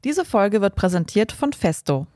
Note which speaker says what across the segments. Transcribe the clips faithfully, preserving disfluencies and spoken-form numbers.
Speaker 1: Diese Folge wird präsentiert von Festo.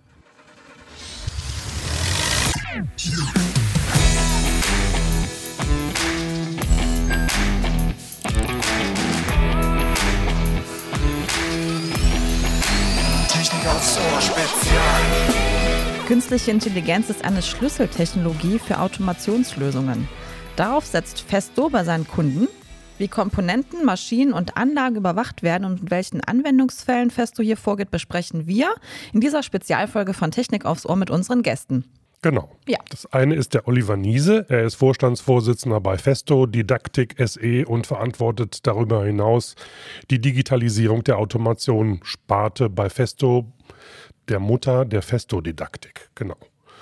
Speaker 2: Technik aufs Ohr Spezial.
Speaker 1: Künstliche Intelligenz ist eine Schlüsseltechnologie für Automationslösungen. Darauf setzt Festo bei seinen Kunden. Wie Komponenten, Maschinen und Anlagen überwacht werden und mit welchen Anwendungsfällen Festo hier vorgeht, besprechen wir in dieser Spezialfolge von Technik aufs Ohr mit unseren Gästen.
Speaker 3: Genau.
Speaker 1: Ja.
Speaker 3: Das eine ist der Oliver Niese. Er ist Vorstandsvorsitzender bei Festo Didaktik S E und verantwortet darüber hinaus die Digitalisierung der Automation-Sparte bei Festo, der Mutter der Festo Didaktik. Genau.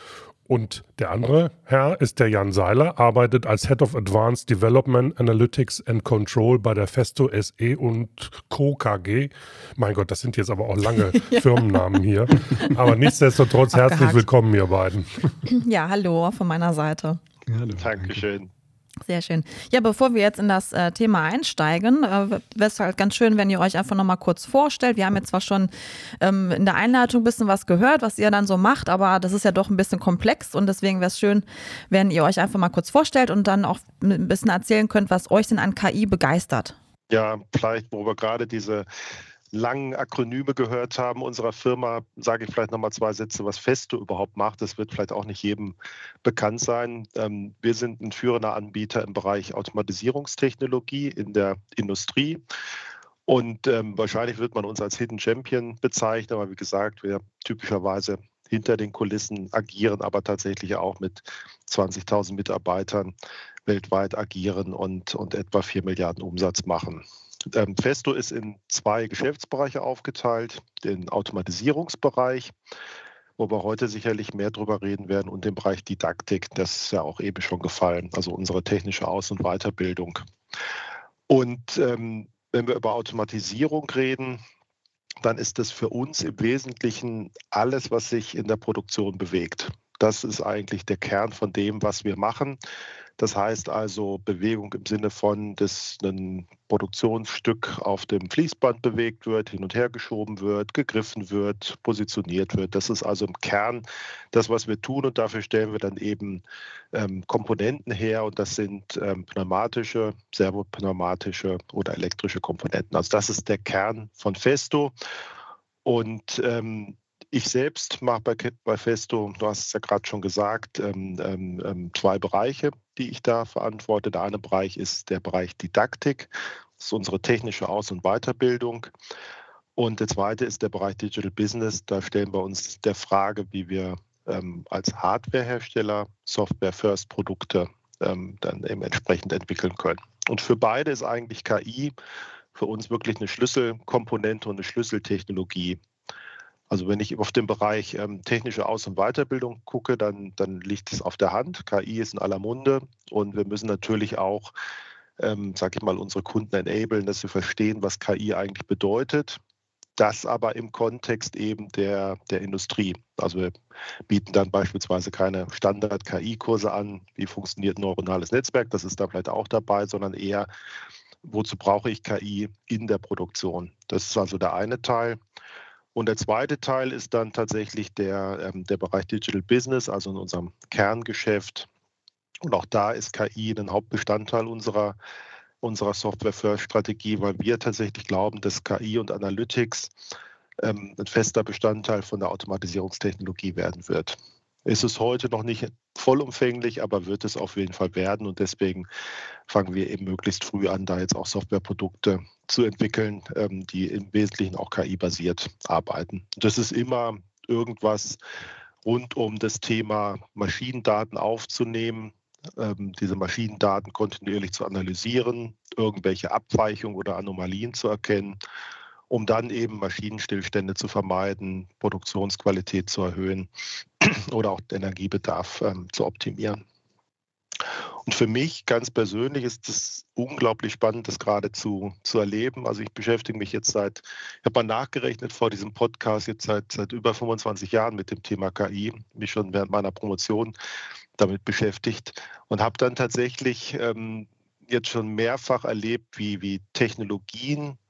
Speaker 3: Und der andere Herr ist der Jan Seiler, arbeitet als Head of Advanced Development, Analytics and Control bei der Festo S E und Co. K G. Mein Gott, das sind jetzt aber auch lange ja. Firmennamen hier. Aber nichtsdestotrotz herzlich willkommen, ihr beiden.
Speaker 1: Ja, hallo von meiner Seite.
Speaker 4: Hallo. Dankeschön.
Speaker 1: Sehr schön. Ja, bevor wir jetzt in das äh, Thema einsteigen, äh, wäre es halt ganz schön, wenn ihr euch einfach nochmal kurz vorstellt. Wir haben jetzt zwar schon ähm, in der Einleitung ein bisschen was gehört, was ihr dann so macht, aber das ist ja doch ein bisschen komplex und deswegen wäre es schön, wenn ihr euch einfach mal kurz vorstellt und dann auch ein bisschen erzählen könnt, was euch denn an K I begeistert.
Speaker 4: Ja, vielleicht, wo wir gerade diese langen Akronyme gehört haben unserer Firma, sage ich vielleicht nochmal zwei Sätze, was Festo überhaupt macht. Das wird vielleicht auch nicht jedem bekannt sein. Ähm, wir sind ein führender Anbieter im Bereich Automatisierungstechnologie in der Industrie. Und ähm, wahrscheinlich wird man uns als Hidden Champion bezeichnen, aber wie gesagt, wir typischerweise hinter den Kulissen agieren, aber tatsächlich auch mit zwanzigtausend Mitarbeitern weltweit agieren und, und etwa vier Milliarden Umsatz machen. Ähm, Festo ist in zwei Geschäftsbereiche aufgeteilt, den Automatisierungsbereich, wo wir heute sicherlich mehr drüber reden werden, und den Bereich Didaktik, das ist ja auch eben schon gefallen, also unsere technische Aus- und Weiterbildung. Und ähm, wenn wir über Automatisierung reden, dann ist das für uns im Wesentlichen alles, was sich in der Produktion bewegt. Das ist eigentlich der Kern von dem, was wir machen. Das heißt also Bewegung im Sinne von, dass ein Produktionsstück auf dem Fließband bewegt wird, hin und her geschoben wird, gegriffen wird, positioniert wird. Das ist also im Kern das, was wir tun, und dafür stellen wir dann eben ähm, Komponenten her, und das sind ähm, pneumatische, servopneumatische oder elektrische Komponenten. Also das ist der Kern von Festo. Und ähm, ich selbst mache bei, bei Festo, du hast es ja gerade schon gesagt, ähm, ähm, zwei Bereiche, die ich da verantworte. Der eine Bereich ist der Bereich Didaktik, das ist unsere technische Aus- und Weiterbildung. Und der zweite ist der Bereich Digital Business. Da stellen wir uns der Frage, wie wir ähm, als Hardwarehersteller Software-First-Produkte ähm, dann eben entsprechend entwickeln können. Und für beide ist eigentlich K I für uns wirklich eine Schlüsselkomponente und eine Schlüsseltechnologie. Also wenn ich auf den Bereich ähm, technische Aus- und Weiterbildung gucke, dann, dann liegt es auf der Hand. K I ist in aller Munde, und wir müssen natürlich auch, ähm, sage ich mal, unsere Kunden enablen, dass sie verstehen, was K I eigentlich bedeutet. Das aber im Kontext eben der, der Industrie. Also wir bieten dann beispielsweise keine Standard-K I-Kurse an, wie funktioniert ein neuronales Netzwerk, das ist da vielleicht auch dabei, sondern eher, wozu brauche ich K I in der Produktion. Das ist also der eine Teil. Und der zweite Teil ist dann tatsächlich der, ähm, der Bereich Digital Business, also in unserem Kerngeschäft. Und auch da ist K I ein Hauptbestandteil unserer, unserer Software-First-Strategie, weil wir tatsächlich glauben, dass K I und Analytics ähm, ein fester Bestandteil von der Automatisierungstechnologie werden wird. Ist es heute noch nicht vollumfänglich, aber wird es auf jeden Fall werden. Und deswegen fangen wir eben möglichst früh an, da jetzt auch Softwareprodukte zu entwickeln, ähm, die im Wesentlichen auch K I-basiert arbeiten. Das ist immer irgendwas rund um das Thema Maschinendaten aufzunehmen, ähm, diese Maschinendaten kontinuierlich zu analysieren, irgendwelche Abweichungen oder Anomalien zu erkennen, um dann eben Maschinenstillstände zu vermeiden, Produktionsqualität zu erhöhen oder auch den Energiebedarf ähm, zu optimieren. Und für mich ganz persönlich ist es unglaublich spannend, das gerade zu, zu erleben. Also ich beschäftige mich jetzt seit, ich habe mal nachgerechnet vor diesem Podcast, jetzt seit, seit über fünfundzwanzig Jahren mit dem Thema K I, mich schon während meiner Promotion damit beschäftigt und habe dann tatsächlich ähm, jetzt schon mehrfach erlebt, wie, wie Technologien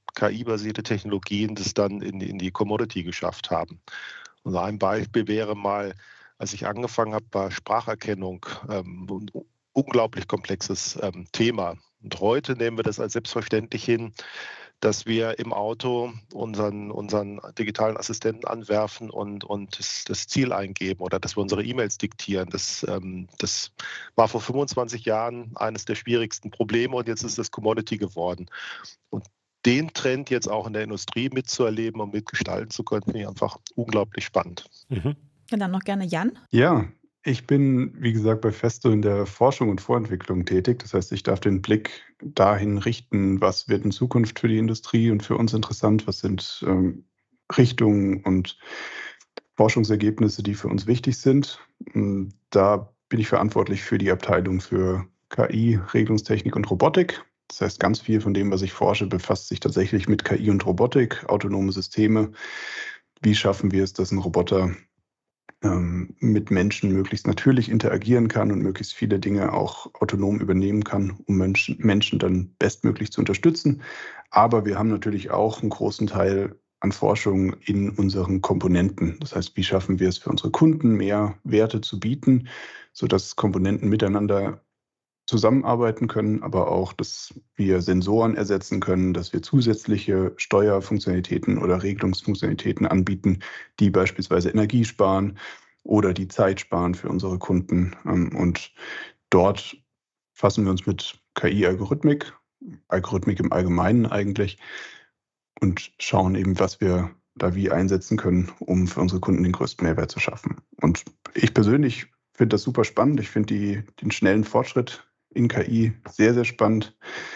Speaker 4: K I-basierte Technologien das dann in, in die Commodity geschafft haben. Also ein Beispiel wäre mal, als ich angefangen habe bei Spracherkennung, ähm, ein unglaublich komplexes ähm, Thema. Und heute nehmen wir das als selbstverständlich hin, dass wir im Auto unseren, unseren digitalen Assistenten anwerfen und, und das, das Ziel eingeben oder dass wir unsere E-Mails diktieren. Das, ähm, das war vor fünfundzwanzig Jahren eines der schwierigsten Probleme und jetzt ist das Commodity geworden. Und den Trend jetzt auch in der Industrie mitzuerleben und mitgestalten zu können, finde ich einfach unglaublich spannend.
Speaker 1: Mhm. Und dann noch gerne Jan.
Speaker 5: Ja, ich bin, wie gesagt, bei Festo in der Forschung und Vorentwicklung tätig. Das heißt, ich darf den Blick dahin richten, was wird in Zukunft für die Industrie und für uns interessant, was sind ähm, Richtungen und Forschungsergebnisse, die für uns wichtig sind. Und da bin ich verantwortlich für die Abteilung für K I, Regelungstechnik und Robotik. Das heißt, ganz viel von dem, was ich forsche, befasst sich tatsächlich mit K I und Robotik, autonome Systeme. Wie schaffen wir es, dass ein Roboter ähm, mit Menschen möglichst natürlich interagieren kann und möglichst viele Dinge auch autonom übernehmen kann, um Menschen, Menschen dann bestmöglich zu unterstützen. Aber wir haben natürlich auch einen großen Teil an Forschung in unseren Komponenten. Das heißt, wie schaffen wir es für unsere Kunden, mehr Werte zu bieten, sodass Komponenten miteinander zusammenarbeiten können, aber auch, dass wir Sensoren ersetzen können, dass wir zusätzliche Steuerfunktionalitäten oder Regelungsfunktionalitäten anbieten, die beispielsweise Energie sparen oder die Zeit sparen für unsere Kunden. Und dort fassen wir uns mit K I-Algorithmik, Algorithmik im Allgemeinen eigentlich, und schauen eben, was wir da wie einsetzen können, um für unsere Kunden den größten Mehrwert zu schaffen. Und ich persönlich finde das super spannend. Ich finde die, den schnellen Fortschritt in K I sehr, sehr spannend.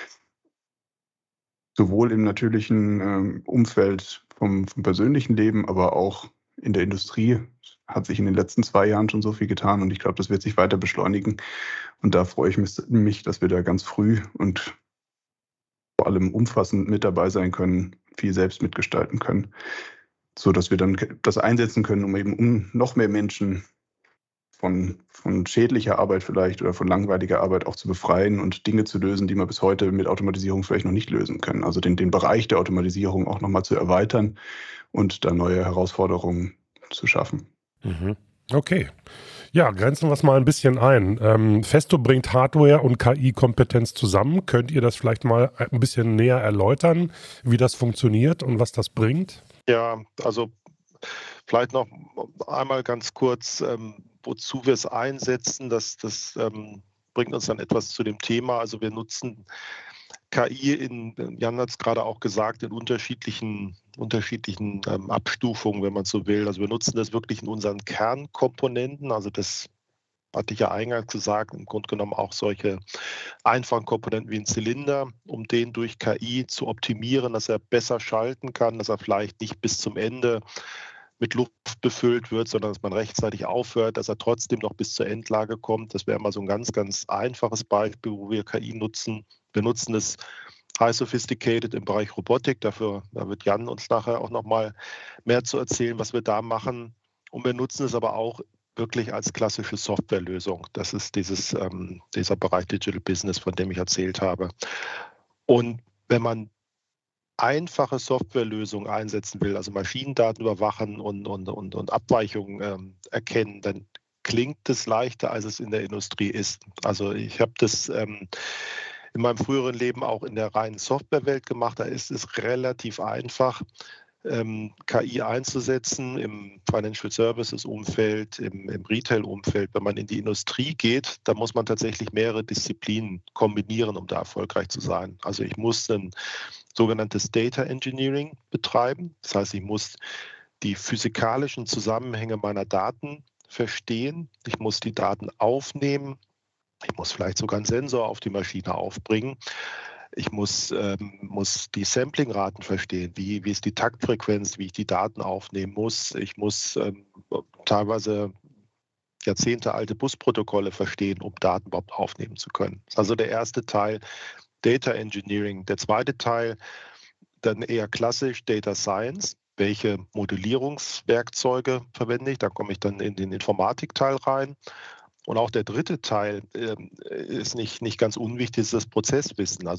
Speaker 5: Sowohl im natürlichen ähm, Umfeld vom, vom persönlichen Leben, aber auch in der Industrie hat sich in den letzten zwei Jahren schon so viel getan und ich glaube, das wird sich weiter beschleunigen. Und da freue ich mich, mich, dass wir da ganz früh und vor allem umfassend mit dabei sein können, viel selbst mitgestalten können, sodass wir dann das einsetzen können, um eben um noch mehr Menschen Von, von schädlicher Arbeit vielleicht oder von langweiliger Arbeit auch zu befreien und Dinge zu lösen, die man bis heute mit Automatisierung vielleicht noch nicht lösen können. Also den, den Bereich der Automatisierung auch nochmal zu erweitern und da neue Herausforderungen zu schaffen.
Speaker 3: Mhm. Okay. Ja, grenzen wir es mal ein bisschen ein. Ähm, Festo bringt Hardware und K I-Kompetenz zusammen. Könnt ihr das vielleicht mal ein bisschen näher erläutern, wie das funktioniert und was das bringt?
Speaker 4: Ja, also vielleicht noch einmal ganz kurz, ähm, wozu wir es einsetzen. Das, das ähm, bringt uns dann etwas zu dem Thema. Also wir nutzen K I, in, Jan hat es gerade auch gesagt, in unterschiedlichen, unterschiedlichen ähm, Abstufungen, wenn man so will. Also wir nutzen das wirklich in unseren Kernkomponenten. Also das hatte ich ja eingangs gesagt, im Grunde genommen auch solche einfachen Komponenten wie ein Zylinder, um den durch K I zu optimieren, dass er besser schalten kann, dass er vielleicht nicht bis zum Ende mit Luft befüllt wird, sondern dass man rechtzeitig aufhört, dass er trotzdem noch bis zur Endlage kommt. Das wäre mal so ein ganz, ganz einfaches Beispiel, wo wir K I nutzen. Wir nutzen es high sophisticated im Bereich Robotik. Dafür da wird Jan uns nachher auch noch mal mehr zu erzählen, was wir da machen. Und wir nutzen es aber auch wirklich als klassische Softwarelösung. Das ist dieses, ähm, dieser Bereich Digital Business, von dem ich erzählt habe. Und wenn man einfache Softwarelösungen einsetzen will, also Maschinendaten überwachen und, und, und, und Abweichungen ähm, erkennen, dann klingt es leichter, als es in der Industrie ist. Also ich habe das ähm, in meinem früheren Leben auch in der reinen Softwarewelt gemacht. Da ist es relativ einfach, ähm, K I einzusetzen im Financial Services Umfeld, im, im Retail-Umfeld. Wenn man in die Industrie geht, da muss man tatsächlich mehrere Disziplinen kombinieren, um da erfolgreich zu sein. Also ich muss ein sogenanntes Data Engineering betreiben. Das heißt, ich muss die physikalischen Zusammenhänge meiner Daten verstehen. Ich muss die Daten aufnehmen. Ich muss vielleicht sogar einen Sensor auf die Maschine aufbringen. Ich muss, ähm, muss die Samplingraten verstehen. Wie, wie ist die Taktfrequenz, wie ich die Daten aufnehmen muss. Ich muss ähm, teilweise jahrzehntealte Busprotokolle verstehen, um Daten überhaupt aufnehmen zu können. Das ist also der erste Teil, Data Engineering. Der zweite Teil, dann eher klassisch Data Science. Welche Modellierungswerkzeuge verwende ich? Da komme ich dann in den Informatikteil rein. Und auch der dritte Teil äh, ist nicht, nicht ganz unwichtig, ist das Prozesswissen. Also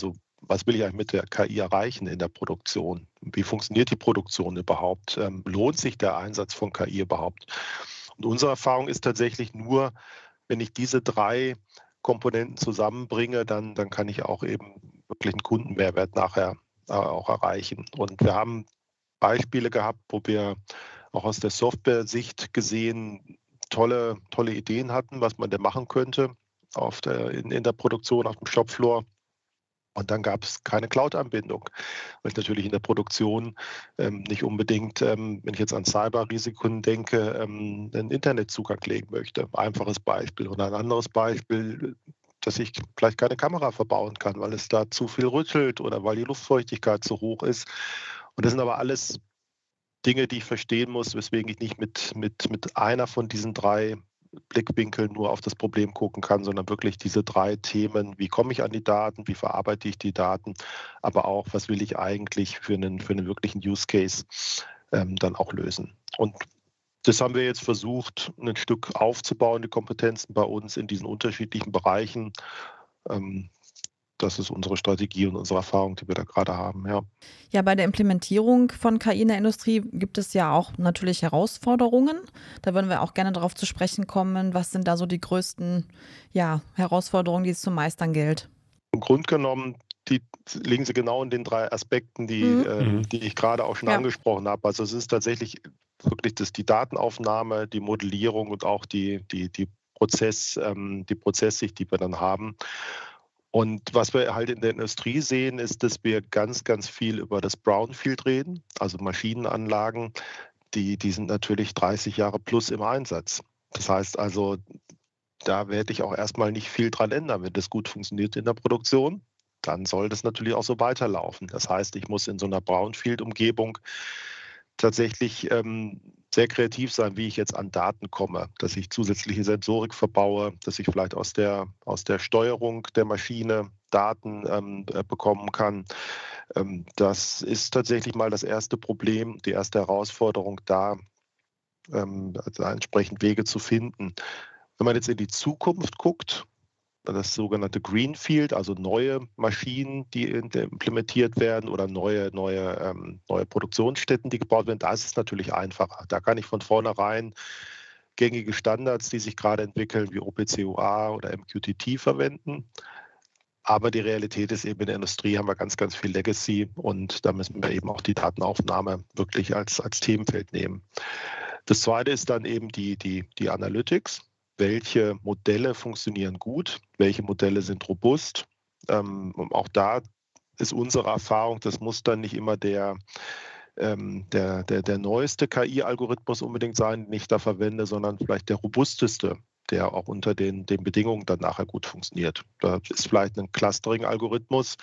Speaker 4: was will ich eigentlich mit der K I erreichen in der Produktion? Wie funktioniert die Produktion überhaupt? Ähm, lohnt sich der Einsatz von K I überhaupt? Und unsere Erfahrung ist tatsächlich nur, wenn ich diese drei Komponenten zusammenbringe, dann, dann kann ich auch eben wirklich einen Kundenmehrwert nachher äh, auch erreichen. Und wir haben Beispiele gehabt, wo wir auch aus der Software-Sicht gesehen tolle, tolle Ideen hatten, was man denn machen könnte auf der, in, in der Produktion, auf dem Shopfloor. Und dann gab es keine Cloud-Anbindung, weil ich natürlich in der Produktion ähm, nicht unbedingt, ähm, wenn ich jetzt an Cyber-Risiken denke, ähm, einen Internetzugang legen möchte. Einfaches Beispiel. Oder ein anderes Beispiel, dass ich vielleicht keine Kamera verbauen kann, weil es da zu viel rüttelt oder weil die Luftfeuchtigkeit zu hoch ist. Und das sind aber alles Dinge, die ich verstehen muss, weswegen ich nicht mit, mit, mit einer von diesen drei Blickwinkeln nur auf das Problem gucken kann, sondern wirklich diese drei Themen, wie komme ich an die Daten, wie verarbeite ich die Daten, aber auch, was will ich eigentlich für einen, für einen wirklichen Use Case ähm, dann auch lösen. Und das haben wir jetzt versucht, ein Stück aufzubauen, die Kompetenzen bei uns in diesen unterschiedlichen Bereichen. Ähm, Das ist unsere Strategie und unsere Erfahrung, die wir da gerade haben. Ja.
Speaker 1: Ja, bei der Implementierung von K I in der Industrie gibt es ja auch natürlich Herausforderungen. Da würden wir auch gerne darauf zu sprechen kommen. Was sind da so die größten ja, Herausforderungen, die es zu meistern gilt?
Speaker 4: Im Grunde genommen die, liegen sie genau in den drei Aspekten, die,
Speaker 1: Mhm.
Speaker 4: ähm, die ich gerade auch schon
Speaker 1: Ja.
Speaker 4: angesprochen habe. Also es ist tatsächlich wirklich das, die Datenaufnahme, die Modellierung und auch die, die, die, Prozess, ähm, die Prozesssicht, die wir dann haben. Und was wir halt in der Industrie sehen, ist, dass wir ganz, ganz viel über das Brownfield reden, also Maschinenanlagen, die, die sind natürlich dreißig Jahre plus im Einsatz. Das heißt also, da werde ich auch erstmal nicht viel dran ändern. Wenn das gut funktioniert in der Produktion, dann soll das natürlich auch so weiterlaufen. Das heißt, ich muss in so einer Brownfield-Umgebung tatsächlich ähm, sehr kreativ sein, wie ich jetzt an Daten komme, dass ich zusätzliche Sensorik verbaue, dass ich vielleicht aus der, aus der Steuerung der Maschine Daten ähm, äh, bekommen kann. Ähm, das ist tatsächlich mal das erste Problem, die erste Herausforderung, da ähm, also entsprechend Wege zu finden. Wenn man jetzt in die Zukunft guckt, das sogenannte Greenfield, also neue Maschinen, die implementiert werden oder neue, neue, ähm, neue Produktionsstätten, die gebaut werden, da ist es natürlich einfacher. Da kann ich von vornherein gängige Standards, die sich gerade entwickeln, wie O P C U A oder M Q T T verwenden. Aber die Realität ist eben, in der Industrie haben wir ganz, ganz viel Legacy und da müssen wir eben auch die Datenaufnahme wirklich als, als Themenfeld nehmen. Das Zweite ist dann eben die, die, die Analytics. Welche Modelle funktionieren gut, welche Modelle sind robust. Ähm, auch da ist unsere Erfahrung, das muss dann nicht immer der, ähm, der, der, der neueste K I-Algorithmus unbedingt sein, den ich da verwende, sondern vielleicht der robusteste, der auch unter den, den Bedingungen dann nachher gut funktioniert. Da ist vielleicht ein Clustering-Algorithmus,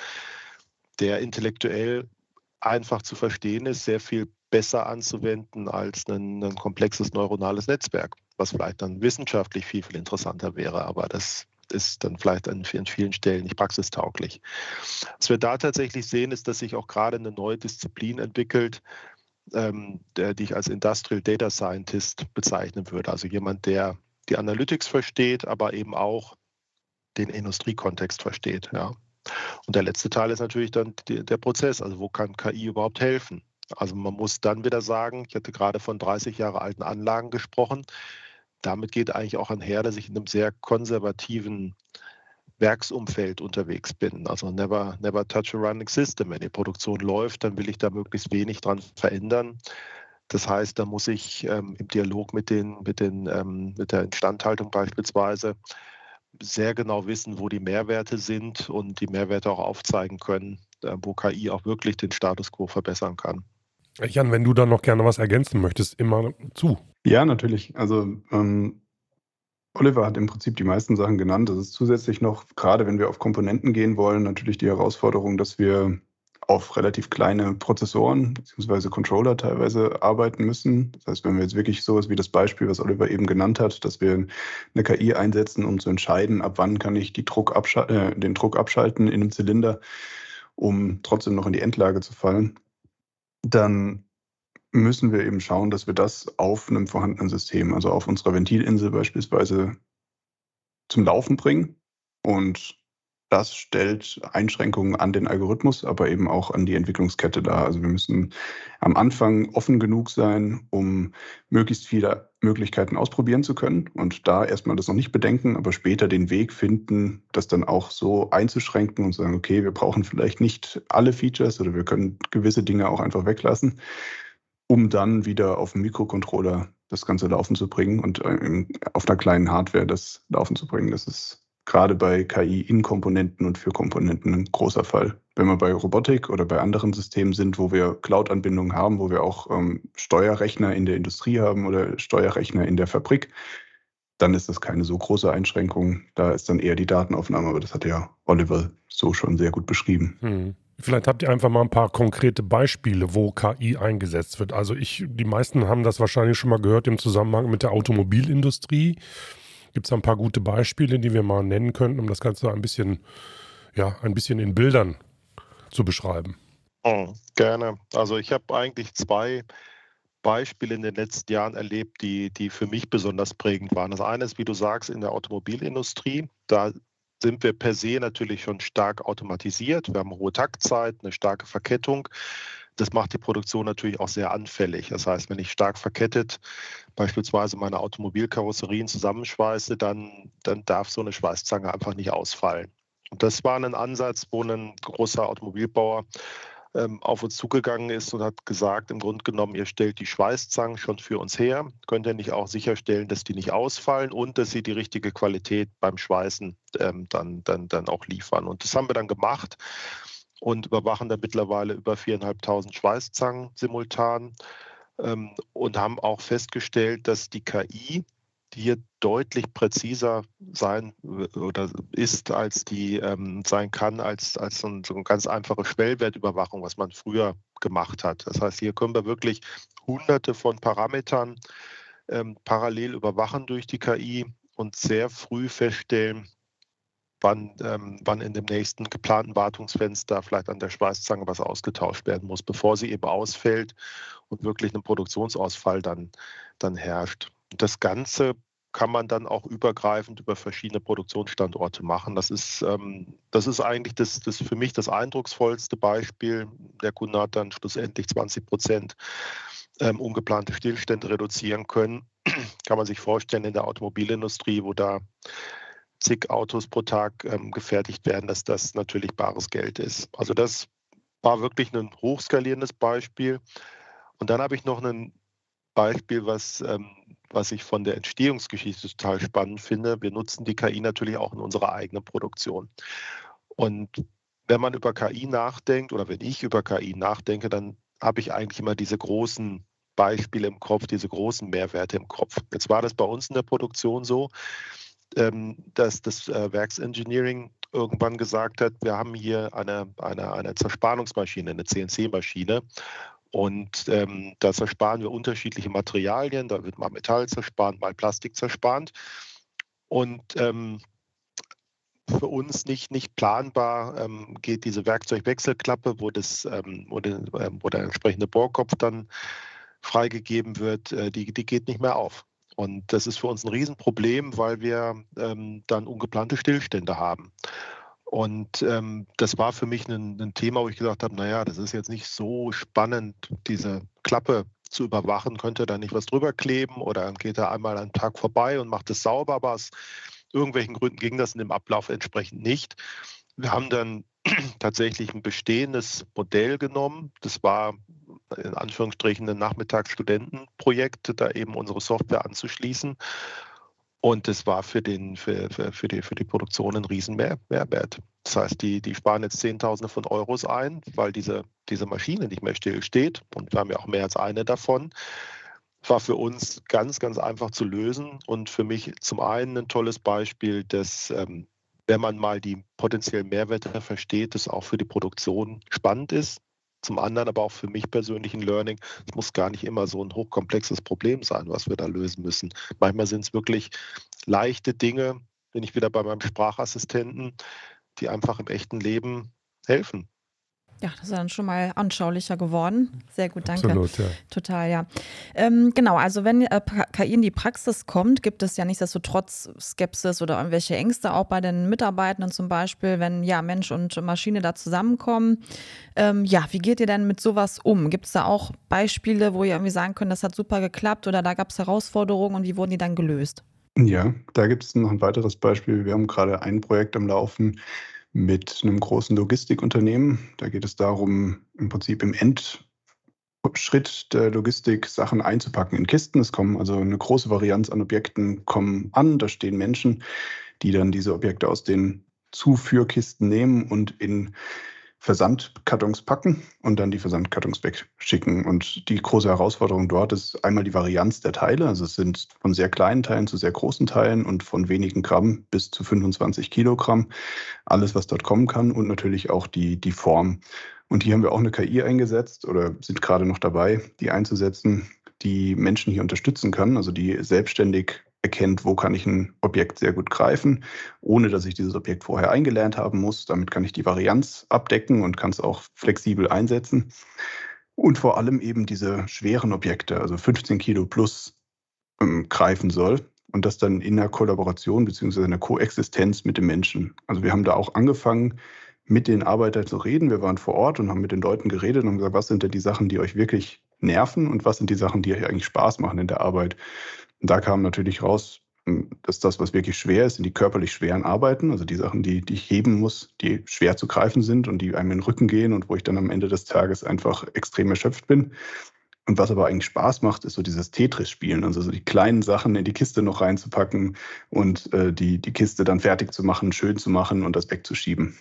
Speaker 4: der intellektuell einfach zu verstehen ist, sehr viel besser anzuwenden als ein, ein komplexes neuronales Netzwerk, was vielleicht dann wissenschaftlich viel, viel interessanter wäre, aber das ist dann vielleicht an, an vielen Stellen nicht praxistauglich. Was wir da tatsächlich sehen, ist, dass sich auch gerade eine neue Disziplin entwickelt, ähm, der, die ich als Industrial Data Scientist bezeichnen würde. Also jemand, der die Analytics versteht, aber eben auch den Industriekontext versteht. Ja. Und der letzte Teil ist natürlich dann die, der Prozess, also wo kann K I überhaupt helfen? Also man muss dann wieder sagen, ich hatte gerade von dreißig Jahre alten Anlagen gesprochen, damit geht eigentlich auch einher, dass ich in einem sehr konservativen Werksumfeld unterwegs bin. Also never, never touch a running system. Wenn die Produktion läuft, dann will ich da möglichst wenig dran verändern. Das heißt, da muss ich ähm, im Dialog mit, den, mit, den, ähm, mit der Instandhaltung beispielsweise sehr genau wissen, wo die Mehrwerte sind und die Mehrwerte auch aufzeigen können, äh, wo K I auch wirklich den Status quo verbessern kann.
Speaker 3: Jan, wenn du da noch gerne was ergänzen möchtest, immer zu.
Speaker 5: Ja, natürlich. Also ähm, Oliver hat im Prinzip die meisten Sachen genannt. Es ist zusätzlich noch, gerade wenn wir auf Komponenten gehen wollen, natürlich die Herausforderung, dass wir auf relativ kleine Prozessoren bzw. Controller teilweise arbeiten müssen. Das heißt, wenn wir jetzt wirklich sowas wie das Beispiel, was Oliver eben genannt hat, dass wir eine K I einsetzen, um zu entscheiden, ab wann kann ich die Druck abschal- äh, den Druck abschalten in einem Zylinder, um trotzdem noch in die Endlage zu fallen, dann müssen wir eben schauen, dass wir das auf einem vorhandenen System, also auf unserer Ventilinsel beispielsweise, zum Laufen bringen. Und das stellt Einschränkungen an den Algorithmus, aber eben auch an die Entwicklungskette dar. Also wir müssen am Anfang offen genug sein, um möglichst viele Möglichkeiten ausprobieren zu können und da erstmal das noch nicht bedenken, aber später den Weg finden, das dann auch so einzuschränken und sagen, okay, wir brauchen vielleicht nicht alle Features oder wir können gewisse Dinge auch einfach weglassen, um dann wieder auf dem Mikrocontroller das Ganze laufen zu bringen und ähm, auf einer kleinen Hardware das laufen zu bringen. Das ist gerade bei K I in Komponenten und für Komponenten ein großer Fall. Wenn wir bei Robotik oder bei anderen Systemen sind, wo wir Cloud-Anbindungen haben, wo wir auch ähm, Steuerrechner in der Industrie haben oder Steuerrechner in der Fabrik, dann ist das keine so große Einschränkung. Da ist dann eher die Datenaufnahme, aber das hat ja Oliver so schon sehr gut beschrieben.
Speaker 3: Hm. Vielleicht habt ihr einfach mal ein paar konkrete Beispiele, wo K I eingesetzt wird. Also ich, die meisten haben das wahrscheinlich schon mal gehört im Zusammenhang mit der Automobilindustrie. Gibt es ein paar gute Beispiele, die wir mal nennen könnten, um das Ganze ein bisschen, ja, ein bisschen in Bildern zu beschreiben?
Speaker 4: Oh, gerne. Also ich habe eigentlich zwei Beispiele in den letzten Jahren erlebt, die, die für mich besonders prägend waren. Das eine ist, wie du sagst, in der Automobilindustrie. Da sind wir per se natürlich schon stark automatisiert. Wir haben hohe Taktzeit, eine starke Verkettung. Das macht die Produktion natürlich auch sehr anfällig. Das heißt, wenn ich stark verkettet beispielsweise meine Automobilkarosserien zusammenschweiße, dann, dann darf so eine Schweißzange einfach nicht ausfallen. Und das war ein Ansatz, wo ein großer Automobilbauer ähm, auf uns zugegangen ist und hat gesagt, im Grunde genommen, ihr stellt die Schweißzangen schon für uns her, könnt ihr nicht auch sicherstellen, dass die nicht ausfallen und dass sie die richtige Qualität beim Schweißen ähm, dann, dann, dann auch liefern. Und das haben wir dann gemacht und überwachen da mittlerweile über viertausendfünfhundert Schweißzangen simultan ähm, und haben auch festgestellt, dass die K I, die hier deutlich präziser sein oder ist, als die ähm, sein kann, als, als so, ein, so eine ganz einfache Schwellwertüberwachung, was man früher gemacht hat. Das heißt, hier können wir wirklich hunderte von Parametern ähm, parallel überwachen durch die K I und sehr früh feststellen, wann, ähm, wann in dem nächsten geplanten Wartungsfenster vielleicht an der Schweißzange was ausgetauscht werden muss, bevor sie eben ausfällt und wirklich ein Produktionsausfall dann, dann herrscht. Das Ganze kann man dann auch übergreifend über verschiedene Produktionsstandorte machen. Das ist, ähm, das ist eigentlich das, das für mich das eindrucksvollste Beispiel. Der Kunde hat dann schlussendlich zwanzig Prozent ähm, ungeplante Stillstände reduzieren können. Kann man sich vorstellen in der Automobilindustrie, wo da zig Autos pro Tag ähm, gefertigt werden, dass das natürlich bares Geld ist. Also das war wirklich ein hochskalierendes Beispiel. Und dann habe ich noch ein Beispiel, was, ähm, was ich von der Entstehungsgeschichte total spannend finde. Wir nutzen die K I natürlich auch in unserer eigenen Produktion. Und wenn man über K I nachdenkt oder wenn ich über K I nachdenke, dann habe ich eigentlich immer diese großen Beispiele im Kopf, diese großen Mehrwerte im Kopf. Jetzt war das bei uns in der Produktion so, dass das Werksengineering irgendwann gesagt hat, wir haben hier eine, eine, eine Zerspannungsmaschine, eine C N C-Maschine und ähm, da zersparen wir unterschiedliche Materialien, da wird mal Metall zerspannt, mal Plastik zerspannt und ähm, für uns nicht, nicht planbar ähm, geht diese Werkzeugwechselklappe, wo, das, ähm, wo, den, äh, wo der entsprechende Bohrkopf dann freigegeben wird, äh, die, die geht nicht mehr auf. Und das ist für uns ein Riesenproblem, weil wir ähm, dann ungeplante Stillstände haben. Und ähm, das war für mich ein, ein Thema, wo ich gesagt habe, naja, das ist jetzt nicht so spannend, diese Klappe zu überwachen. Könnte da nicht was drüber kleben oder dann geht er einmal einen Tag vorbei und macht es sauber, aber aus irgendwelchen Gründen ging das in dem Ablauf entsprechend nicht. Wir haben dann tatsächlich ein bestehendes Modell genommen. Das war in Anführungsstrichen ein Nachmittagsstudentenprojekt, da eben unsere Software anzuschließen. Und das war für, den, für, für, für, die, für die Produktion ein riesen Mehr, Mehrwert. Das heißt, die, die sparen jetzt Zehntausende von Euros ein, weil diese, diese Maschine nicht mehr stillsteht. Und wir haben ja auch mehr als eine davon. War für uns ganz, ganz einfach zu lösen und für mich zum einen ein tolles Beispiel, dass ähm, wenn man mal die potenziellen Mehrwerte versteht, das auch für die Produktion spannend ist. Zum anderen aber auch für mich persönlich ein Learning. Es muss gar nicht immer so ein hochkomplexes Problem sein, was wir da lösen müssen. Manchmal sind es wirklich leichte Dinge, bin ich wieder bei meinem Sprachassistenten, die einfach im echten Leben helfen.
Speaker 1: Ja, das ist dann schon mal anschaulicher geworden. Sehr gut, danke.
Speaker 3: Absolut, ja.
Speaker 1: Total, ja. Ähm, genau, also wenn äh, K I in die Praxis kommt, gibt es ja nichtsdestotrotz Skepsis oder irgendwelche Ängste auch bei den Mitarbeitenden zum Beispiel, wenn ja Mensch und Maschine da zusammenkommen. Ähm, ja, wie geht ihr denn mit sowas um? Gibt es da auch Beispiele, wo ihr irgendwie sagen könnt, das hat super geklappt oder da gab es Herausforderungen und wie wurden die dann gelöst?
Speaker 5: Ja, da gibt es noch ein weiteres Beispiel. Wir haben gerade ein Projekt am Laufen mit einem großen Logistikunternehmen. Da geht es darum, im Prinzip im Endschritt der Logistik Sachen einzupacken in Kisten. Es kommen also eine große Varianz an Objekten kommen an. Da stehen Menschen, die dann diese Objekte aus den Zuführkisten nehmen und in Versandkartons packen und dann die Versandkartons wegschicken. Und die große Herausforderung dort ist einmal die Varianz der Teile. Also es sind von sehr kleinen Teilen zu sehr großen Teilen und von wenigen Gramm bis zu fünfundzwanzig Kilogramm. Alles, was dort kommen kann und natürlich auch die, die Form. Und hier haben wir auch eine K I eingesetzt oder sind gerade noch dabei, die einzusetzen, die Menschen hier unterstützen kann, also die selbstständig erkennt, wo kann ich ein Objekt sehr gut greifen, ohne dass ich dieses Objekt vorher eingelernt haben muss. Damit kann ich die Varianz abdecken und kann es auch flexibel einsetzen. Und vor allem eben diese schweren Objekte, also fünfzehn Kilo plus, ähm, greifen soll. Und das dann in einer Kollaboration bzw. einer Koexistenz mit dem Menschen. Also wir haben da auch angefangen, mit den Arbeitern zu reden. Wir waren vor Ort und haben mit den Leuten geredet und haben gesagt, was sind denn die Sachen, die euch wirklich nerven und was sind die Sachen, die euch eigentlich Spaß machen in der Arbeit. Und da kam natürlich raus, dass das, was wirklich schwer ist, sind die körperlich schweren Arbeiten, also die Sachen, die, die ich heben muss, die schwer zu greifen sind und die einem in den Rücken gehen und wo ich dann am Ende des Tages einfach extrem erschöpft bin. Und was aber eigentlich Spaß macht, ist so dieses Tetris-Spielen, also so die kleinen Sachen in die Kiste noch reinzupacken und äh, die, die Kiste dann fertig zu machen, schön zu machen und das wegzuschieben.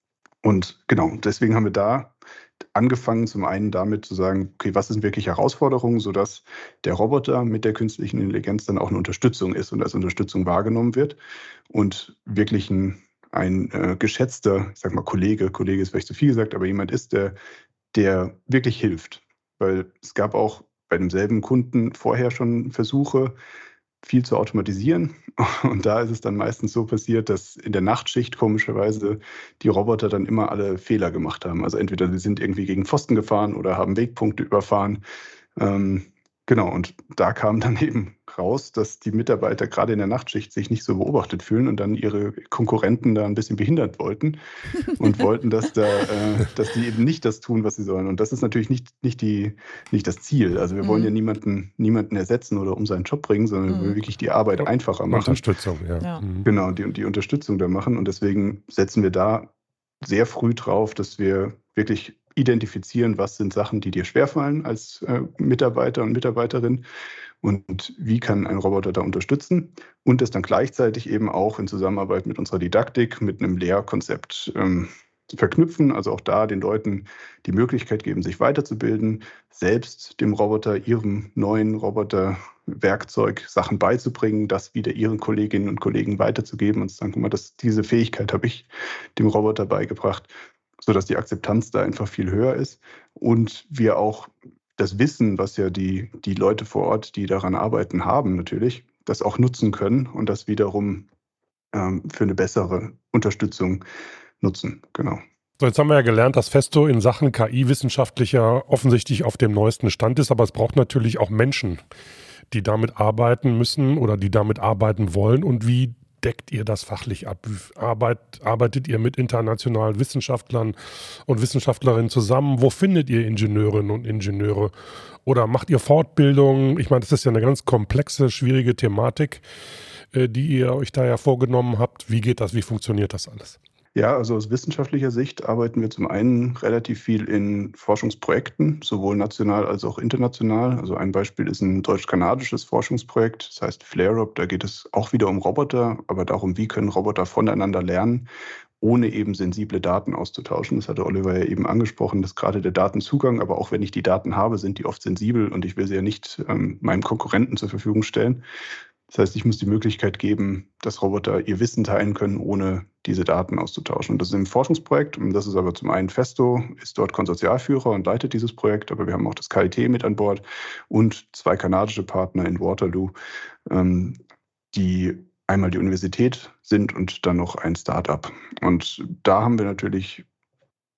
Speaker 5: Und genau, deswegen haben wir da angefangen, zum einen damit zu sagen, okay, was sind wirklich Herausforderungen, sodass der Roboter mit der künstlichen Intelligenz dann auch eine Unterstützung ist und als Unterstützung wahrgenommen wird und wirklich ein, ein äh, geschätzter, ich sag mal Kollege, Kollege ist vielleicht zu viel gesagt, aber jemand ist, der, der wirklich hilft. Weil es gab auch bei demselben Kunden vorher schon Versuche, viel zu automatisieren. Und da ist es dann meistens so passiert, dass in der Nachtschicht komischerweise die Roboter dann immer alle Fehler gemacht haben. Also entweder sie sind irgendwie gegen Pfosten gefahren oder haben Wegpunkte überfahren. Ähm, genau, und da kam dann eben raus, dass die Mitarbeiter gerade in der Nachtschicht sich nicht so beobachtet fühlen und dann ihre Konkurrenten da ein bisschen behindert wollten und wollten, dass, da, äh, dass die eben nicht das tun, was sie sollen. Und das ist natürlich nicht, nicht, die, nicht das Ziel. Also wir wollen
Speaker 1: Mhm.
Speaker 5: ja niemanden, niemanden ersetzen oder um seinen Job bringen, sondern wir
Speaker 1: Mhm.
Speaker 5: wollen wirklich die Arbeit einfacher machen.
Speaker 3: Unterstützung, ja.
Speaker 1: Ja.
Speaker 3: Mhm.
Speaker 5: Genau, die, die Unterstützung da machen. Und deswegen setzen wir da sehr früh drauf, dass wir wirklich identifizieren, was sind Sachen, die dir schwerfallen als äh, Mitarbeiter und Mitarbeiterin und wie kann ein Roboter da unterstützen und das dann gleichzeitig eben auch in Zusammenarbeit mit unserer Didaktik, mit einem Lehrkonzept ähm, verknüpfen, also auch da den Leuten die Möglichkeit geben, sich weiterzubilden, selbst dem Roboter, ihrem neuen Roboterwerkzeug Sachen beizubringen, das wieder ihren Kolleginnen und Kollegen weiterzugeben und zu sagen, guck mal, das, diese Fähigkeit habe ich dem Roboter beigebracht, sodass die Akzeptanz da einfach viel höher ist und wir auch das Wissen, was ja die, die Leute vor Ort, die daran arbeiten, haben natürlich, das auch nutzen können und das wiederum ähm, für eine bessere Unterstützung nutzen. Genau.
Speaker 3: So, jetzt haben wir ja gelernt, dass Festo in Sachen K I-wissenschaftlicher offensichtlich auf dem neuesten Stand ist, aber es braucht natürlich auch Menschen, die damit arbeiten müssen oder die damit arbeiten wollen. Und wie deckt ihr das fachlich ab? Arbeit, arbeitet ihr mit internationalen Wissenschaftlern und Wissenschaftlerinnen zusammen? Wo findet ihr Ingenieurinnen und Ingenieure? Oder macht ihr Fortbildungen? Ich meine, das ist ja eine ganz komplexe, schwierige Thematik, äh, die ihr euch da ja vorgenommen habt. Wie geht das? Wie funktioniert das alles?
Speaker 5: Ja, also aus wissenschaftlicher Sicht arbeiten wir zum einen relativ viel in Forschungsprojekten, sowohl national als auch international. Also ein Beispiel ist ein deutsch-kanadisches Forschungsprojekt, das heißt Flare-Up. Da geht es auch wieder um Roboter, aber darum, wie können Roboter voneinander lernen, ohne eben sensible Daten auszutauschen. Das hatte Oliver ja eben angesprochen, dass gerade der Datenzugang, aber auch wenn ich die Daten habe, sind die oft sensibel und ich will sie ja nicht ähm, meinem Konkurrenten zur Verfügung stellen. Das heißt, ich muss die Möglichkeit geben, dass Roboter ihr Wissen teilen können, ohne diese Daten auszutauschen. Und das ist ein Forschungsprojekt. Und das ist aber zum einen Festo, ist dort Konsortialführer und leitet dieses Projekt. Aber wir haben auch das K I T mit an Bord und zwei kanadische Partner in Waterloo, ähm, die einmal die Universität sind und dann noch ein Start-up. Und da haben wir natürlich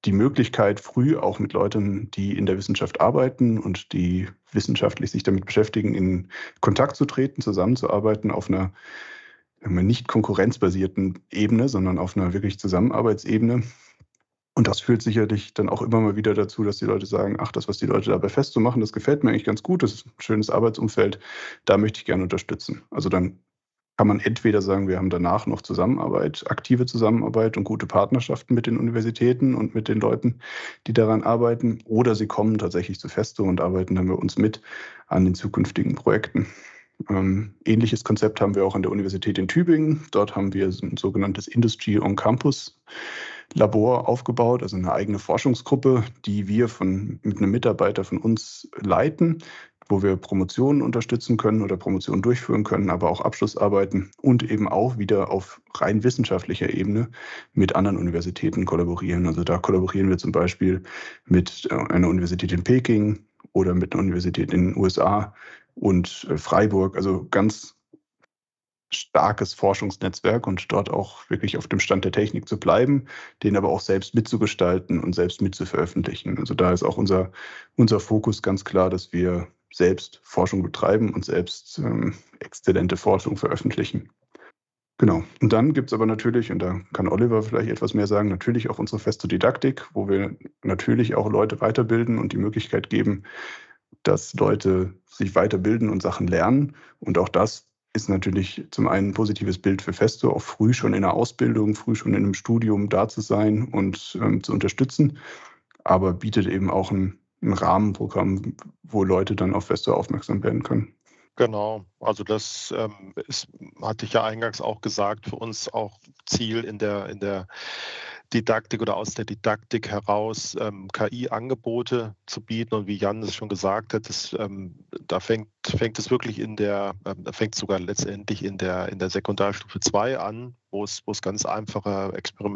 Speaker 5: die Möglichkeit, früh auch mit Leuten, die in der Wissenschaft arbeiten und die wissenschaftlich sich damit beschäftigen, in Kontakt zu treten, zusammenzuarbeiten auf einer nicht konkurrenzbasierten Ebene, sondern auf einer wirklich Zusammenarbeitsebene. Und das führt sicherlich dann auch immer mal wieder dazu, dass die Leute sagen, ach, das, was die Leute da bei Festo machen, das gefällt mir eigentlich ganz gut, das ist ein schönes Arbeitsumfeld, da möchte ich gerne unterstützen. Also dann kann man entweder sagen, wir haben danach noch Zusammenarbeit, aktive Zusammenarbeit und gute Partnerschaften mit den Universitäten und mit den Leuten, die daran arbeiten, oder sie kommen tatsächlich zu Festo und arbeiten dann bei uns mit an den zukünftigen Projekten. Ähm, ähnliches Konzept haben wir auch an der Universität in Tübingen. Dort haben wir ein sogenanntes Industry on Campus Labor aufgebaut, also eine eigene Forschungsgruppe, die wir von, mit einem Mitarbeiter von uns leiten, wo wir Promotionen unterstützen können oder Promotionen durchführen können, aber auch Abschlussarbeiten und eben auch wieder auf rein wissenschaftlicher Ebene mit anderen Universitäten kollaborieren. Also da kollaborieren wir zum Beispiel mit einer Universität in Peking oder mit einer Universität in den U S A und Freiburg, also ganz starkes Forschungsnetzwerk und dort auch wirklich auf dem Stand der Technik zu bleiben, den aber auch selbst mitzugestalten und selbst mitzuveröffentlichen. Also da ist auch unser, unser Fokus ganz klar, dass wir selbst Forschung betreiben und selbst ähm, exzellente Forschung veröffentlichen. Genau. Und dann gibt es aber natürlich, und da kann Oliver vielleicht etwas mehr sagen, natürlich auch unsere Festo-Didaktik, wo wir natürlich auch Leute weiterbilden und die Möglichkeit geben, dass Leute sich weiterbilden und Sachen lernen. Und auch das ist natürlich zum einen ein positives Bild für Festo, auch früh schon in der Ausbildung, früh schon in einem Studium da zu sein und ähm, zu unterstützen, aber bietet eben auch ein, ein Rahmenprogramm, wo Leute dann auf Festo aufmerksam werden können.
Speaker 4: Genau, also das ähm, ist, hatte ich ja eingangs auch gesagt, für uns auch Ziel in der, in der Didaktik oder aus der Didaktik heraus ähm, K I-Angebote zu bieten. Und wie Jan es schon gesagt hat, das, ähm, da fängt, fängt es wirklich in der, ähm, fängt sogar letztendlich in der, in der Sekundarstufe zwei an, wo es, wo es ganz einfache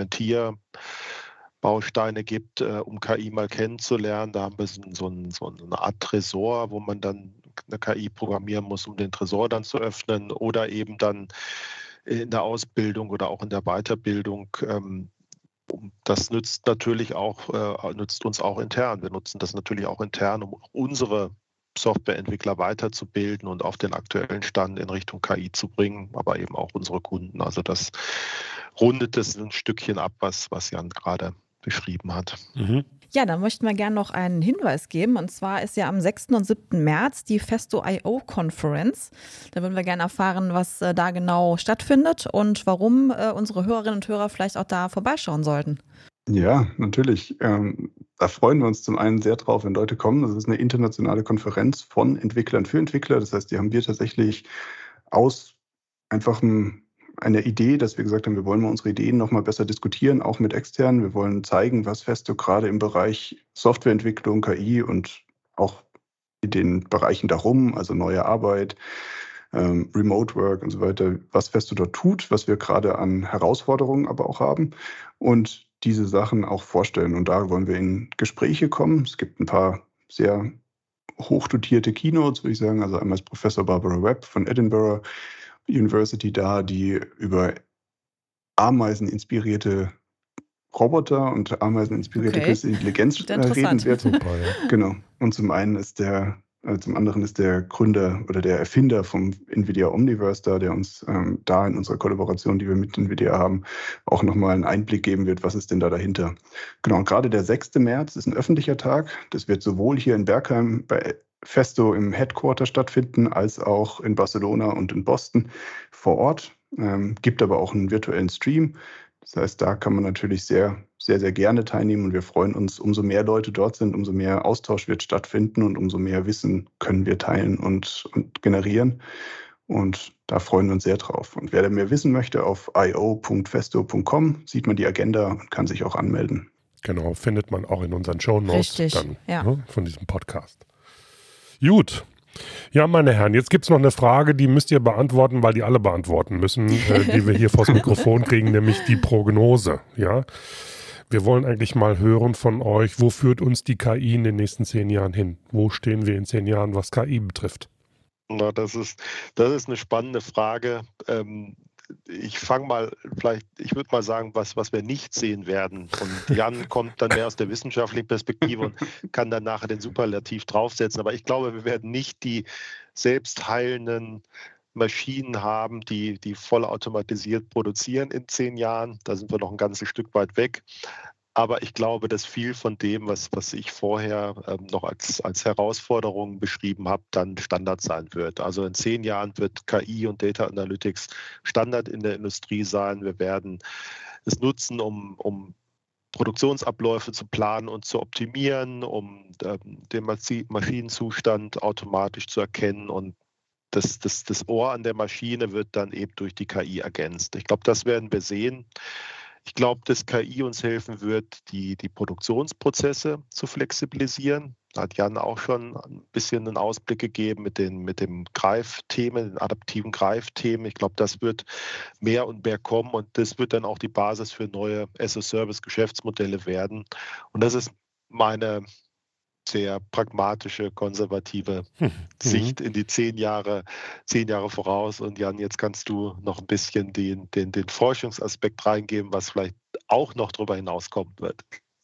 Speaker 4: Experimentierbausteine gibt, äh, um K I mal kennenzulernen. Da haben wir so, so, ein, so eine Art Tresor, wo man dann eine K I programmieren muss, um den Tresor dann zu öffnen, oder eben dann in der Ausbildung oder auch in der Weiterbildung. Ähm, das nützt natürlich auch, äh, nützt uns auch intern. Wir nutzen das natürlich auch intern, um unsere Softwareentwickler weiterzubilden und auf den aktuellen Stand in Richtung K I zu bringen, aber eben auch unsere Kunden. Also das rundet es ein Stückchen ab, was, was Jan gerade beschrieben hat.
Speaker 3: Mhm.
Speaker 1: Ja, dann möchten wir gerne noch einen Hinweis geben. Und zwar ist ja am sechsten und siebten März die Festo Punkt I O Conference. Da würden wir gerne erfahren, was äh, da genau stattfindet und warum äh, unsere Hörerinnen und Hörer vielleicht auch da vorbeischauen sollten.
Speaker 5: Ja, natürlich. Ähm, da freuen wir uns zum einen sehr drauf, wenn Leute kommen. Das ist eine internationale Konferenz von Entwicklern für Entwickler. Das heißt, die haben wir tatsächlich aus einfachem eine Idee, dass wir gesagt haben, wir wollen mal unsere Ideen noch mal besser diskutieren, auch mit Externen. Wir wollen zeigen, was Festo gerade im Bereich Softwareentwicklung, K I und auch in den Bereichen darum, also neue Arbeit, ähm, Remote Work und so weiter, was Festo dort tut, was wir gerade an Herausforderungen aber auch haben und diese Sachen auch vorstellen. Und da wollen wir in Gespräche kommen. Es gibt ein paar sehr hochdotierte Keynotes, würde ich sagen. Also einmal ist Professor Barbara Webb von Edinburgh University da, die über Ameisen-inspirierte Roboter und Ameisen-inspirierte
Speaker 1: Okay.
Speaker 5: künstliche Intelligenz äh, reden wird.
Speaker 3: Super, ja.
Speaker 5: Genau. Und zum einen ist der, äh, zum anderen ist der Gründer oder der Erfinder vom NVIDIA Omniverse da, der uns ähm, da in unserer Kollaboration, die wir mit NVIDIA haben, auch nochmal einen Einblick geben wird, was ist denn da dahinter. Genau, und gerade der sechste März ist ein öffentlicher Tag. Das wird sowohl hier in Bergheim bei Festo im Headquarter stattfinden, als auch in Barcelona und in Boston vor Ort. Ähm, gibt aber auch einen virtuellen Stream. Das heißt, da kann man natürlich sehr, sehr, sehr gerne teilnehmen und wir freuen uns, umso mehr Leute dort sind, umso mehr Austausch wird stattfinden und umso mehr Wissen können wir teilen und, und generieren. Und da freuen wir uns sehr drauf. Und wer da mehr wissen möchte, auf i o punkt festo punkt com sieht man die Agenda und kann sich auch anmelden.
Speaker 3: Genau, findet man auch in unseren Shownotes
Speaker 1: Richtig,
Speaker 3: dann
Speaker 1: ja.
Speaker 3: ne, von diesem Podcast. Gut. Ja, meine Herren, jetzt gibt es noch eine Frage, die müsst ihr beantworten, weil die alle beantworten müssen, äh, die wir hier vors Mikrofon kriegen, nämlich die Prognose. Ja, wir wollen eigentlich mal hören von euch, wo führt uns die K I in den nächsten zehn Jahren hin? Wo stehen wir in zehn Jahren, was K I betrifft?
Speaker 4: Na, das ist, das ist eine spannende Frage. Ähm, ich fange mal, vielleicht, ich würde mal sagen, was, was wir nicht sehen werden. Und Jan kommt dann mehr aus der wissenschaftlichen Perspektive und kann dann nachher den Superlativ draufsetzen. Aber ich glaube, wir werden nicht die selbstheilenden Maschinen haben, die, die vollautomatisiert produzieren in zehn Jahren. Da sind wir noch ein ganzes Stück weit weg. Aber ich glaube, dass viel von dem, was, was ich vorher ähm, noch als, als Herausforderung beschrieben habe, dann Standard sein wird. Also in zehn Jahren wird K I und Data Analytics Standard in der Industrie sein. Wir werden es nutzen, um, um Produktionsabläufe zu planen und zu optimieren, um ähm, den Maschinenzustand automatisch zu erkennen, und das, das, das Ohr an der Maschine wird dann eben durch die K I ergänzt. Ich glaube, das werden wir sehen. Ich glaube, dass K I uns helfen wird, die, die Produktionsprozesse zu flexibilisieren. Da hat Jan auch schon ein bisschen einen Ausblick gegeben mit den, mit den Greifthemen, den adaptiven Greifthemen. Ich glaube, das wird mehr und mehr kommen, und das wird dann auch die Basis für neue as-a-Service-Geschäftsmodelle werden. Und das ist meine sehr pragmatische, konservative hm. Sicht in die zehn Jahre, zehn Jahre voraus. Und Jan, jetzt kannst du noch ein bisschen den, den, den Forschungsaspekt reingeben, was vielleicht auch noch darüber hinauskommen wird.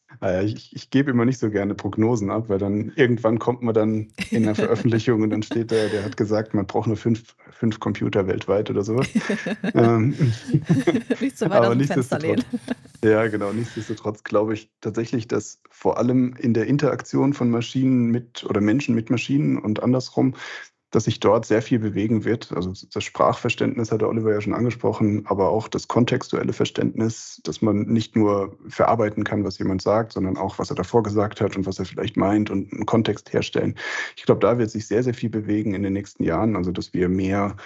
Speaker 5: Ich, ich gebe immer nicht so gerne Prognosen ab, weil dann irgendwann kommt man dann in der Veröffentlichung und dann steht da, der hat gesagt, man braucht nur fünf, fünf Computer weltweit oder sowas. ähm,
Speaker 1: nicht so weit aus dem Fenster lehnen.
Speaker 5: Ja, genau. Nichtsdestotrotz glaube ich tatsächlich, dass vor allem in der Interaktion von Maschinen mit oder Menschen mit Maschinen und andersrum, dass sich dort sehr viel bewegen wird. Also das Sprachverständnis hat der Oliver ja schon angesprochen, aber auch das kontextuelle Verständnis, dass man nicht nur verarbeiten kann, was jemand sagt, sondern auch, was er davor gesagt hat und was er vielleicht meint und einen Kontext herstellen. Ich glaube, da wird sich sehr, sehr viel bewegen in den nächsten Jahren. Also dass wir mehr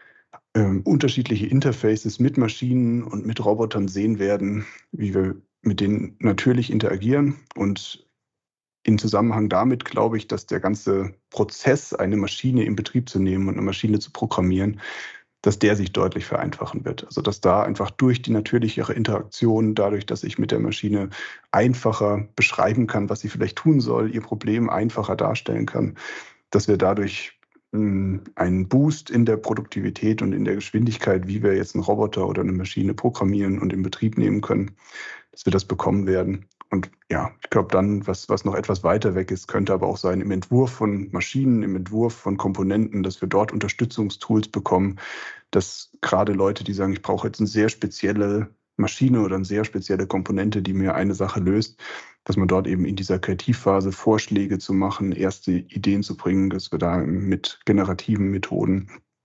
Speaker 5: ähm, unterschiedliche Interfaces mit Maschinen und mit Robotern sehen werden, wie wir mit denen natürlich interagieren. Und in Zusammenhang damit glaube ich, dass der ganze Prozess, eine Maschine in Betrieb zu nehmen und eine Maschine zu programmieren, dass der sich deutlich vereinfachen wird. Also dass da einfach durch die natürlichere Interaktion, dadurch, dass ich mit der Maschine einfacher beschreiben kann, was sie vielleicht tun soll, ihr Problem einfacher darstellen kann, dass wir dadurch mh, einen Boost in der Produktivität und in der Geschwindigkeit, wie wir jetzt einen Roboter oder eine Maschine programmieren und in Betrieb nehmen können, dass wir das bekommen werden. Und ja, ich glaube dann, was, was noch etwas weiter weg ist, könnte aber auch sein im Entwurf von Maschinen, im Entwurf von Komponenten, dass wir dort Unterstützungstools bekommen, dass gerade Leute, die sagen, ich brauche jetzt eine sehr spezielle Maschine oder eine sehr spezielle Komponente, die mir eine Sache löst, dass man dort eben in dieser Kreativphase Vorschläge zu machen, erste Ideen zu bringen, dass wir da mit generativen Methoden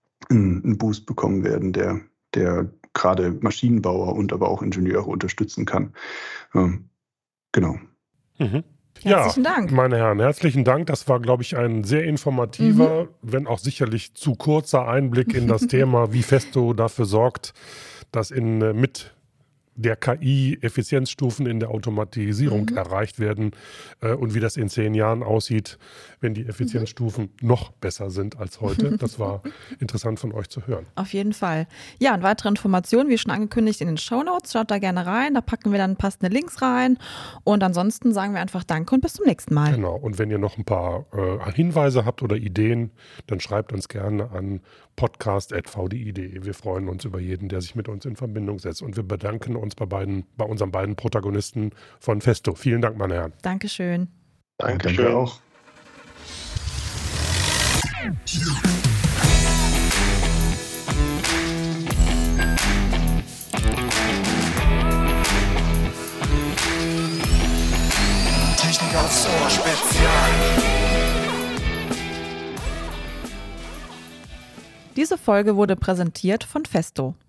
Speaker 5: einen Boost bekommen werden, der, der gerade Maschinenbauer und aber auch Ingenieure unterstützen kann. Ähm, Genau.
Speaker 3: Mhm.
Speaker 1: Herzlichen
Speaker 3: ja,
Speaker 1: Dank.
Speaker 3: Meine Herren, herzlichen Dank. Das war, glaube ich, ein sehr informativer, mhm. wenn auch sicherlich zu kurzer Einblick in das Thema, wie Festo dafür sorgt, dass in, mit der K I Effizienzstufen in der Automatisierung mhm. erreicht werden äh, und wie das in zehn Jahren aussieht, wenn die Effizienzstufen mhm. noch besser sind als heute. Das war interessant von euch zu hören.
Speaker 1: Auf jeden Fall. Ja, und weitere Informationen, wie schon angekündigt, in den Shownotes. Schaut da gerne rein, da packen wir dann passende Links rein. Und ansonsten sagen wir einfach Danke und bis zum nächsten Mal.
Speaker 3: Genau, und wenn ihr noch ein paar äh, Hinweise habt oder Ideen, dann schreibt uns gerne an podcast at v d i punkt d e. Wir freuen uns über jeden, der sich mit uns in Verbindung setzt. Und wir bedanken uns bei, beiden, bei unseren beiden Protagonisten von Festo. Vielen Dank, meine Herren.
Speaker 1: Dankeschön.
Speaker 4: Dankeschön.
Speaker 5: Danke auch.
Speaker 2: Technik aufs Ohr Spezial.
Speaker 1: Diese Folge wurde präsentiert von Festo.